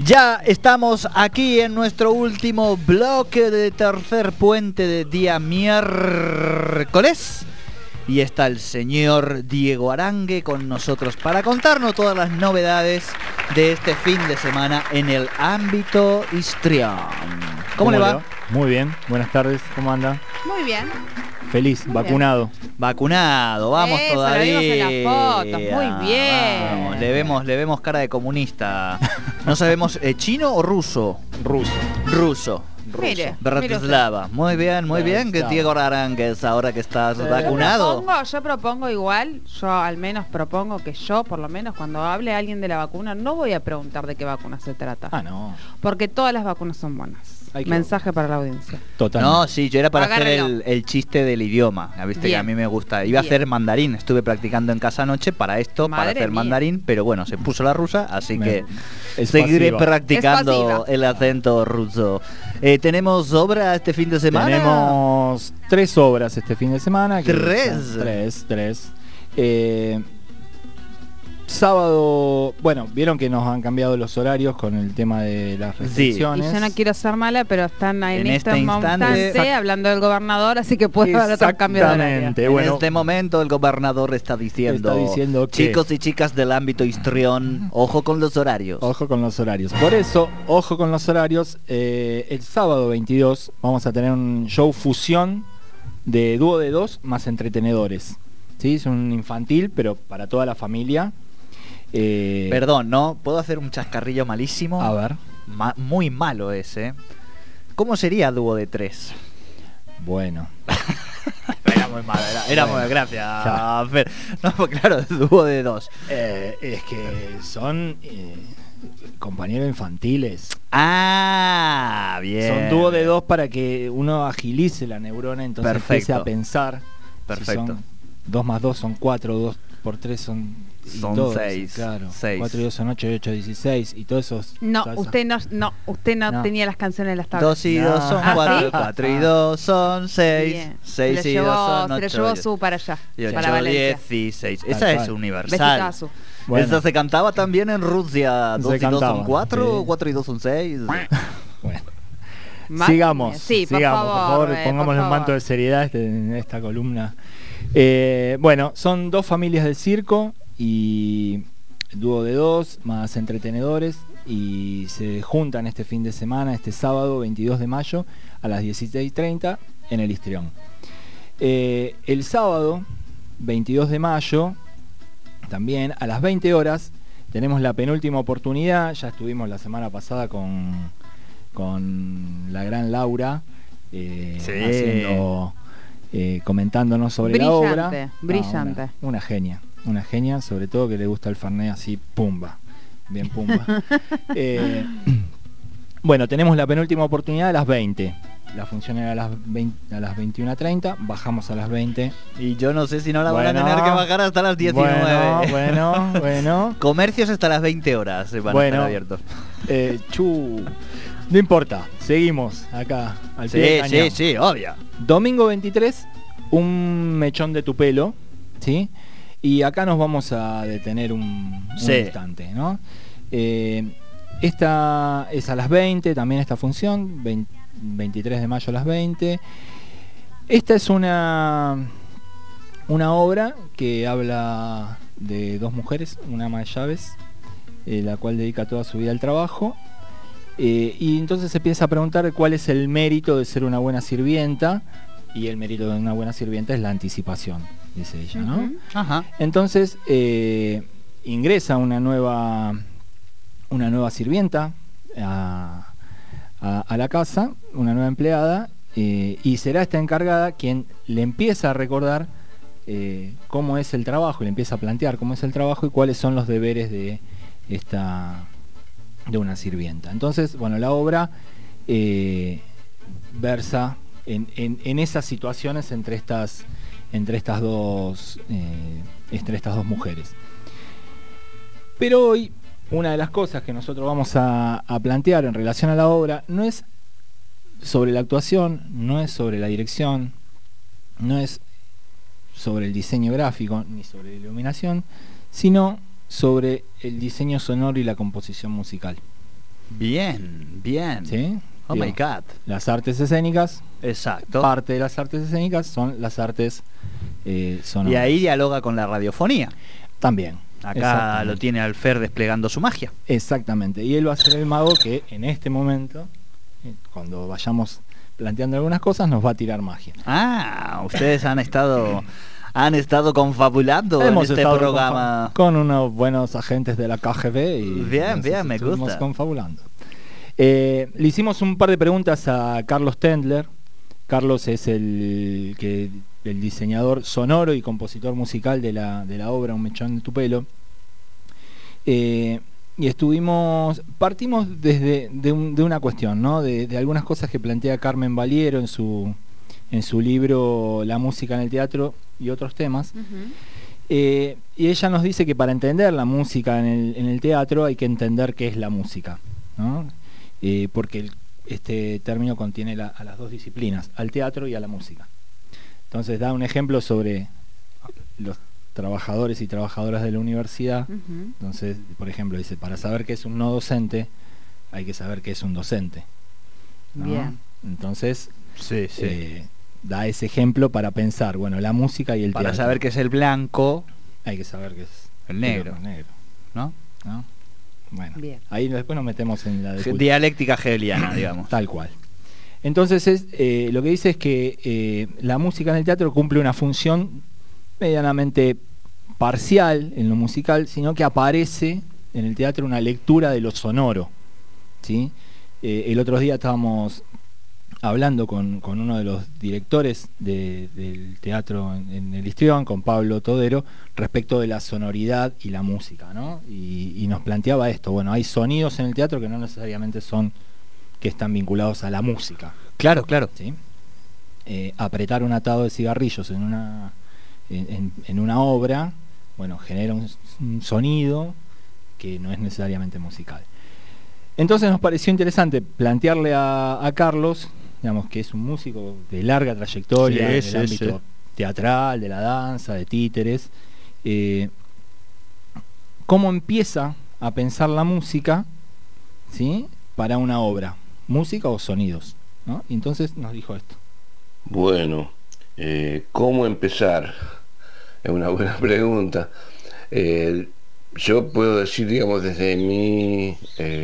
Ya estamos aquí en nuestro último bloque de tercer puente de día miércoles. Y está el señor Diego Arangue con nosotros para contarnos todas las novedades de este fin de semana en el ámbito histrión. ¿Cómo le va? Muy bien, buenas tardes, ¿cómo anda? Muy bien. Feliz, Muy vacunado. bien. Vacunado, vamos Eso, todavía. lo vimos en las fotos, muy bien. Vamos, le vemos cara de comunista. No sabemos, ¿chino o ruso? Ruso. Mire, Bratislava. Muy bien, que Diego Arangues, ahora que estás vacunado. Yo propongo igual, yo al menos propongo que yo, por lo menos, cuando hable alguien de la vacuna, no voy a preguntar de qué vacuna se trata. Ah, no. Porque todas las vacunas son buenas. Mensaje para la audiencia. Totalmente. No, sí, yo era para Agárrelo. hacer el chiste del idioma. Viste que a mí me gusta. Iba a hacer mandarín, estuve practicando en casa anoche para esto, para hacer mandarín, pero bueno, se puso la rusa, así que seguiré practicando el acento ruso. ¿Tenemos obra este fin de semana? Tenemos 3 obras este fin de semana. ¿Tres? Sábado, bueno, vieron que nos han cambiado los horarios con el tema de las restricciones. Y yo no quiero ser mala, pero están en este instante hablando del gobernador, así que puede haber otro cambio de horario. En este momento el gobernador está diciendo que, chicos y chicas del ámbito histrión, ojo con los horarios. Ojo con los horarios. Por eso, ojo con los horarios. El sábado 22 vamos a tener un show fusión de dúo de 2 más entretenedores. ¿Sí? Es un infantil, pero para toda la familia. Perdón, ¿no? ¿Puedo hacer un chascarrillo malísimo? A ver. Muy malo ese. ¿Cómo sería dúo de 3? Bueno. Era muy malo, era muy gracias, Fer. No, pues claro, dúo de 2. Es que son compañeros infantiles. Ah, bien. Son dúo de 2 para que uno agilice la neurona, entonces empiece a pensar. Perfecto. Si son 2 más 2 son 4, 2 por 3 son 6. Claro. 6. 4 y 2 son 8 y 8 16 y todo eso. Usted no tenía las canciones en las tablas. 2 y 2 son 4, 4 y 2 son 6, 6 y 2 son 8. Se lo llevó su para allá, y 8, para Valencia. 16. Esa es universal. Besicazo. Bueno. Esa se cantaba también en Rusia. 2 y 2 son 4, sí. 4 y 2 son 6. Bueno. Sigamos, por favor, pongámosle un manto de seriedad en esta columna. Bueno, son 2 familias del circo y dúo de 2 más entretenedores y se juntan este fin de semana, este sábado 22 de mayo a las 16:30 en el Histrión. El sábado 22 de mayo también a las 20 horas tenemos la penúltima oportunidad. Ya estuvimos la semana pasada con la gran Laura haciendo, comentándonos sobre la obra. Brillante. Una genia, sobre todo que le gusta el fernet así, pumba, bien pumba. Bueno, tenemos la penúltima oportunidad a las 20. La función era a las 21:30, bajamos a las 20. Y yo no sé si no la van a tener que bajar hasta las 19. Bueno. Comercios hasta las 20 horas van a estar abiertos. No importa, seguimos acá al pie del cañón. Sí, obvio. Domingo 23, un mechón de tu pelo, ¿sí? Y acá nos vamos a detener un instante, ¿no? Esta es a las 20, también esta función, 23 de mayo a las 20. Esta es una obra que habla de 2 mujeres, una ama de llaves, la cual dedica toda su vida al trabajo. Y entonces se empieza a preguntar cuál es el mérito de ser una buena sirvienta, y el mérito de una buena sirvienta es la anticipación, dice ella, ¿no? Ajá. Entonces ingresa una nueva sirvienta a la casa, una nueva empleada, y será esta encargada quien le empieza a recordar cómo es el trabajo, le empieza a plantear cómo es el trabajo y cuáles son los deberes de una sirvienta. Entonces, bueno, la obra versa en esas situaciones entre estas dos mujeres. Pero hoy una de las cosas que nosotros vamos a plantear en relación a la obra no es sobre la actuación, no es sobre la dirección, no es sobre el diseño gráfico ni sobre la iluminación, sino sobre el diseño sonoro y la composición musical. Bien, bien. ¿Sí? Oh my God. Las artes escénicas. Exacto. Parte de las artes escénicas son las artes sonoras. Y ahí dialoga con la radiofonía. También. Acá lo tiene Alfer desplegando su magia. Exactamente. Y él va a ser el mago que en este momento, cuando vayamos planteando algunas cosas, nos va a tirar magia. Ustedes han estado confabulando en este programa con unos buenos agentes de la KGB y bien, me gusta. Confabulando. Le hicimos un par de preguntas a Carlos Tendler. Carlos es el diseñador sonoro y compositor musical de la obra Un mechón de tu pelo. Y partimos de una cuestión, ¿no? De algunas cosas que plantea Carmen Valiero en su libro La música en el teatro y otros temas. Y ella nos dice que para entender la música en el teatro hay que entender qué es la música, ¿no? Porque este término contiene a las dos disciplinas, al teatro y a la música. Entonces da un ejemplo sobre los trabajadores y trabajadoras de la universidad. Entonces, por ejemplo, dice, para saber qué es un no docente, hay que saber qué es un docente, ¿no? Bien. Entonces, da ese ejemplo para pensar, bueno, la música y el teatro. Para saber qué es el blanco, hay que saber qué es el negro, ¿no? Bueno, bien. Ahí después nos metemos en la dialéctica hegeliana, digamos. Tal cual. Entonces lo que dice es que la música en el teatro cumple una función medianamente parcial en lo musical, sino que aparece en el teatro una lectura de lo sonoro, ¿sí? El otro día estábamos hablando con uno de los directores del teatro en el Histrión, con Pablo Todero, respecto de la sonoridad y la música, ¿no? Y nos planteaba esto, bueno, hay sonidos en el teatro que no necesariamente que están vinculados a la música. Claro. ¿Sí? Apretar un atado de cigarrillos en una obra, bueno, genera un sonido que no es necesariamente musical. Entonces nos pareció interesante plantearle a Carlos, digamos, que es un músico de larga trayectoria en el ámbito teatral, de la danza, de títeres, cómo empieza a pensar la música, ¿sí?, para una obra, música o sonidos, ¿no? Y entonces nos dijo esto. Bueno, ¿cómo empezar? Es una buena pregunta. Yo puedo decir, digamos, desde mi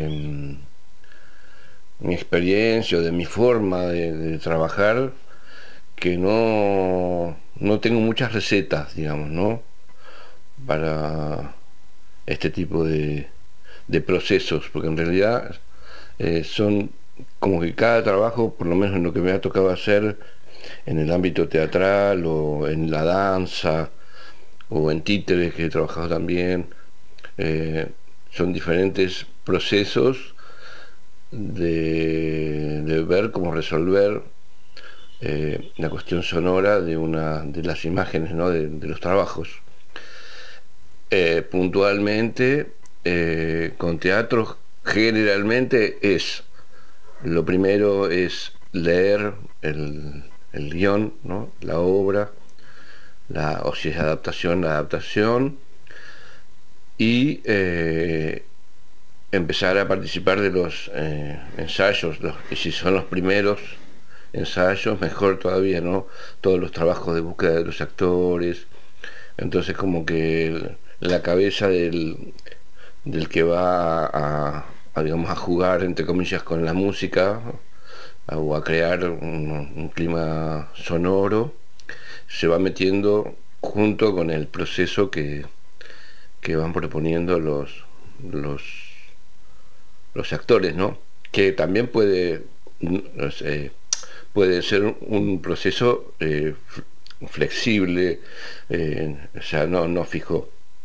experiencia o de mi forma de trabajar, que no tengo muchas recetas, digamos, ¿no?, para este tipo de procesos, porque en realidad son como que cada trabajo, por lo menos en lo que me ha tocado hacer en el ámbito teatral o en la danza o en títeres, que he trabajado también, son diferentes procesos de ver cómo resolver la cuestión sonora de las imágenes, ¿no?, de los trabajos. Puntualmente, con teatro, generalmente lo primero es leer el guión, ¿no?, la obra, o si es adaptación, la adaptación, y empezar a participar de los ensayos, y si son los primeros ensayos, mejor todavía, ¿no?, todos los trabajos de búsqueda de los actores. Entonces, como que la cabeza del que va digamos, a jugar, entre comillas, con la música o a crear un clima sonoro, se va metiendo junto con el proceso que van proponiendo los actores, ¿no? Que también puede ser un proceso flexible, o sea, no fijo.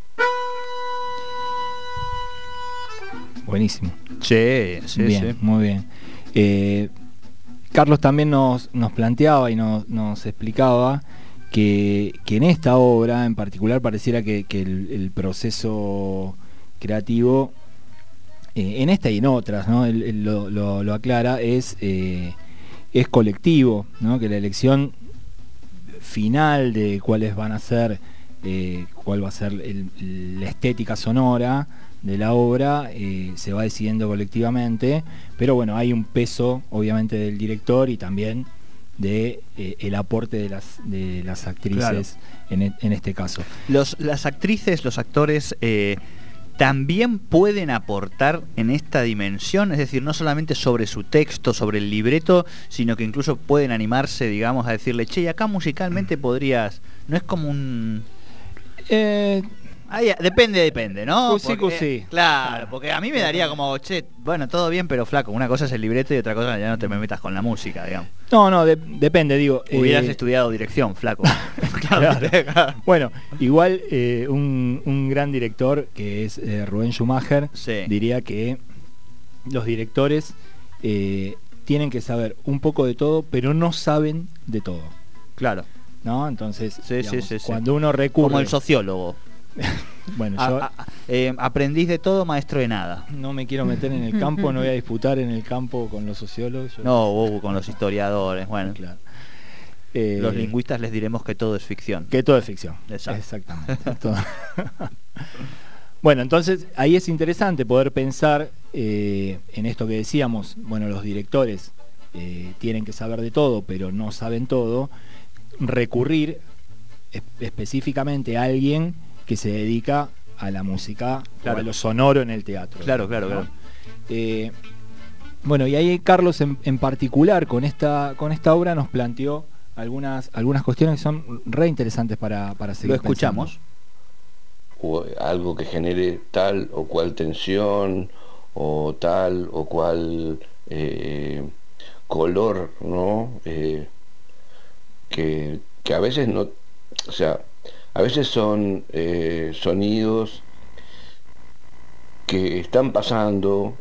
Buenísimo. Sí, bien, muy bien. Carlos también nos planteaba y nos explicaba que en esta obra en particular pareciera que el proceso creativo, en esta y en otras, ¿no?, él lo aclara, es colectivo, ¿no?, que la elección final de cuáles van a ser, cuál va a ser la estética sonora, de la obra se va decidiendo colectivamente, pero bueno, hay un peso obviamente del director y también de el aporte de las actrices, claro, en este caso. Las actrices, los actores también pueden aportar en esta dimensión, es decir, no solamente sobre su texto, sobre el libreto, sino que incluso pueden animarse, digamos, a decirle, che, y acá musicalmente podrías, no es como un... depende, ¿no? Sí. Claro, porque a mí me daría como, che, bueno, todo bien, pero flaco, una cosa es el libreto y otra cosa ya no te me metas con la música, digamos. No, depende, digo. Hubieras estudiado dirección, flaco. Claro. Bueno, igual un gran director que es Rubén Schumacher, sí, diría que los directores tienen que saber un poco de todo, pero no saben de todo. Claro. ¿No? Entonces, sí, cuando uno recurre... Como el sociólogo. Bueno, aprendiz de todo, maestro de nada. No me quiero meter en el campo, no voy a disputar en el campo con los sociólogos. Con los historiadores, bueno. Claro. Los lingüistas les diremos que todo es ficción. Que todo es ficción. Exacto. Exactamente. Bueno, entonces ahí es interesante poder pensar en esto que decíamos. Bueno, los directores tienen que saber de todo, pero no saben todo. Recurrir específicamente a alguien que se dedica a la música, claro, o a lo sonoro en el teatro. Claro. Bueno, y ahí Carlos en particular con esta obra nos planteó algunas cuestiones que son re interesantes para seguir. Lo escuchamos. O algo que genere tal o cual tensión o tal o cual color, ¿no? Que a veces no, o sea, a veces son sonidos que están pasando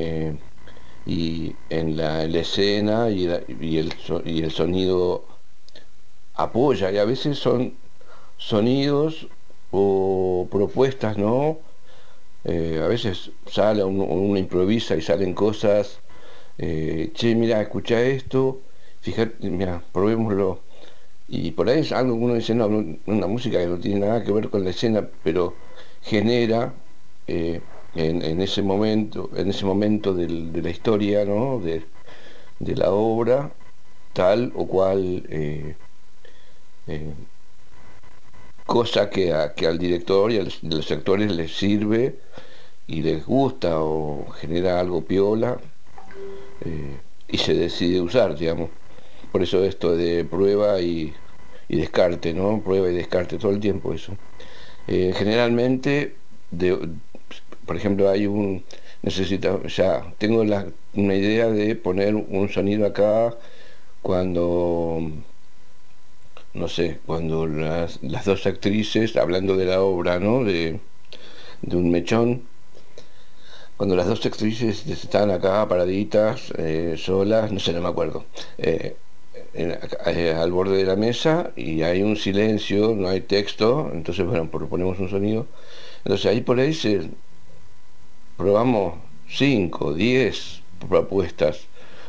y en la escena y el sonido apoya, y a veces son sonidos o propuestas, ¿no? A veces sale uno improvisa y salen cosas, che, mira, escucha esto, fíjate, mira, probémoslo. Y por ahí es algo que uno dice, no, una música que no tiene nada que ver con la escena, pero genera en ese momento de la historia, ¿no? de la obra, tal o cual cosa que al director y a los actores les sirve y les gusta o genera algo piola, y se decide usar, digamos. Por eso esto de prueba y descarte, ¿no? Prueba y descarte todo el tiempo eso. Generalmente, por ejemplo, tengo una idea de poner un sonido acá cuando, no sé, cuando las dos actrices, hablando de la obra, ¿no? De un mechón, cuando las dos actrices están acá paraditas, solas, no sé, no me acuerdo, al borde de la mesa, y hay un silencio, no hay texto, entonces bueno, proponemos un sonido. Entonces ahí por ahí probamos 5, 10 propuestas.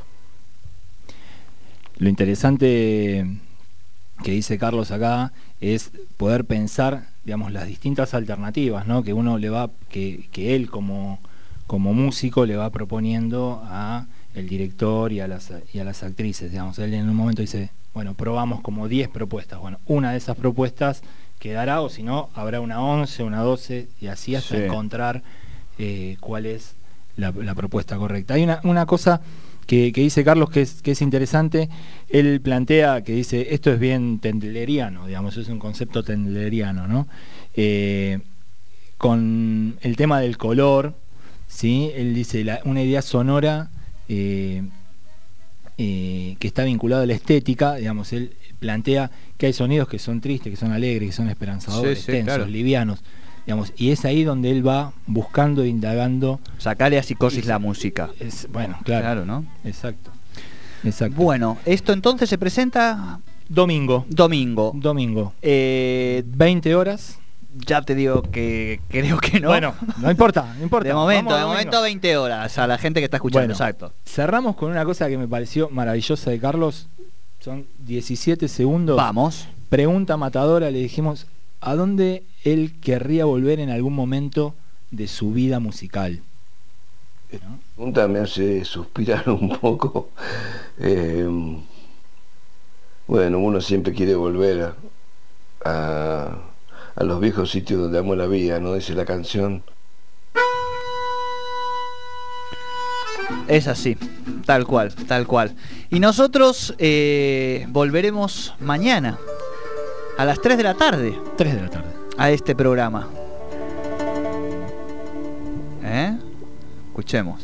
Lo interesante que dice Carlos acá es poder pensar, digamos, las distintas alternativas, ¿no? Que uno que él como músico le va proponiendo a el director y a las actrices, digamos. Él en un momento dice, bueno, probamos como 10 propuestas. Bueno, una de esas propuestas quedará, o si no, habrá una 11, una 12, y así hasta encontrar cuál es la propuesta correcta. Hay una cosa que dice Carlos que es interesante. Él plantea que dice, esto es bien tendleriano, digamos, es un concepto tendleriano, ¿no? Con el tema del color, ¿sí? Él dice, una idea sonora que está vinculado a la estética, digamos. Él plantea que hay sonidos que son tristes, que son alegres, que son esperanzadores, tensos, claro, livianos, digamos, y es ahí donde él va buscando, indagando. Sacarle a Psicosis la música. Bueno, claro, ¿no? Exacto. Bueno, esto entonces se presenta domingo. 20 horas. Ya te digo que creo que no. Bueno, no importa. De momento 20 horas a la gente que está escuchando. Bueno, exacto. Cerramos con una cosa que me pareció maravillosa de Carlos. Son 17 segundos. Vamos. Pregunta matadora, le dijimos, ¿a dónde él querría volver en algún momento de su vida musical. ¿No? Pregunta me hace suspirar un poco. Bueno, uno siempre quiere volver a los viejos sitios donde amó la vida, ¿no? Dice la canción. Es así, tal cual, tal cual. Y nosotros volveremos mañana a las 3 de la tarde. 3 de la tarde. A este programa. Escuchemos.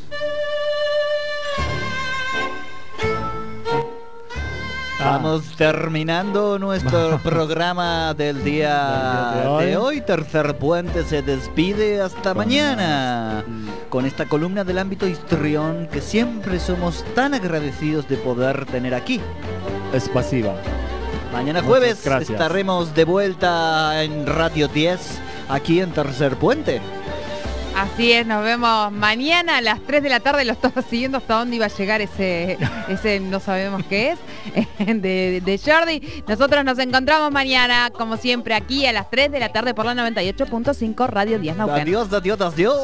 Vamos terminando nuestro programa del día de hoy. Tercer Puente se despide hasta mañana con esta columna del ámbito histrión que siempre somos tan agradecidos de poder tener aquí. Es pasiva. Mañana jueves estaremos de vuelta en Radio 10 aquí en Tercer Puente. Así es, nos vemos mañana a las 3 de la tarde. Lo estaba siguiendo hasta dónde iba a llegar ese no sabemos qué es, de Jordi. Nosotros nos encontramos mañana, como siempre, aquí a las 3 de la tarde por la 98.5 Radio 10 Neuquén. Adiós, adiós, adiós.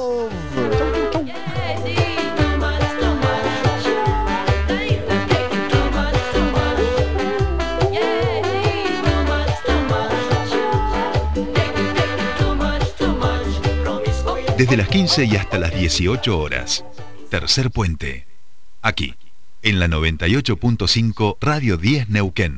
Desde las 15 y hasta las 18 horas. Tercer Puente. Aquí, en la 98.5 Radio 10 Neuquén.